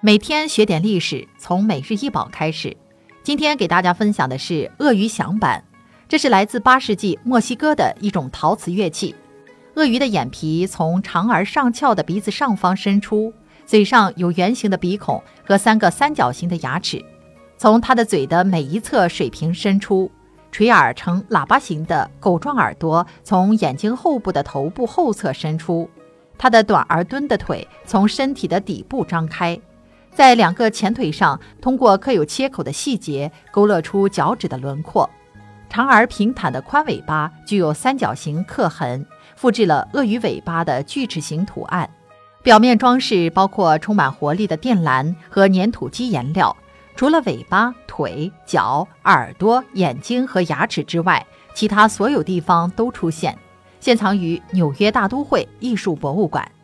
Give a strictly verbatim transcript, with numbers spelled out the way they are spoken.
每天学点历史，从每日一宝开始。今天给大家分享的是鳄鱼响板，这是来自八世纪墨西哥的一种陶瓷乐器。鳄鱼的眼皮从长而上翘的鼻子上方伸出，嘴上有圆形的鼻孔和三个三角形的牙齿，从它的嘴的每一侧水平伸出。垂耳呈喇叭形的狗状耳朵从眼睛后部的头部后侧伸出，它的短而钝的腿从身体的底部张开，在两个前腿上通过刻有切口的细节勾勒出脚趾的轮廓。长而平坦的宽尾巴具有三角形刻痕，复制了鳄鱼尾巴的锯齿形图案。表面装饰包括充满活力的靛蓝和粘土基颜料。除了尾巴、腿、脚、耳朵、眼睛和牙齿之外，其他所有地方都出现。现藏于纽约大都会艺术博物馆。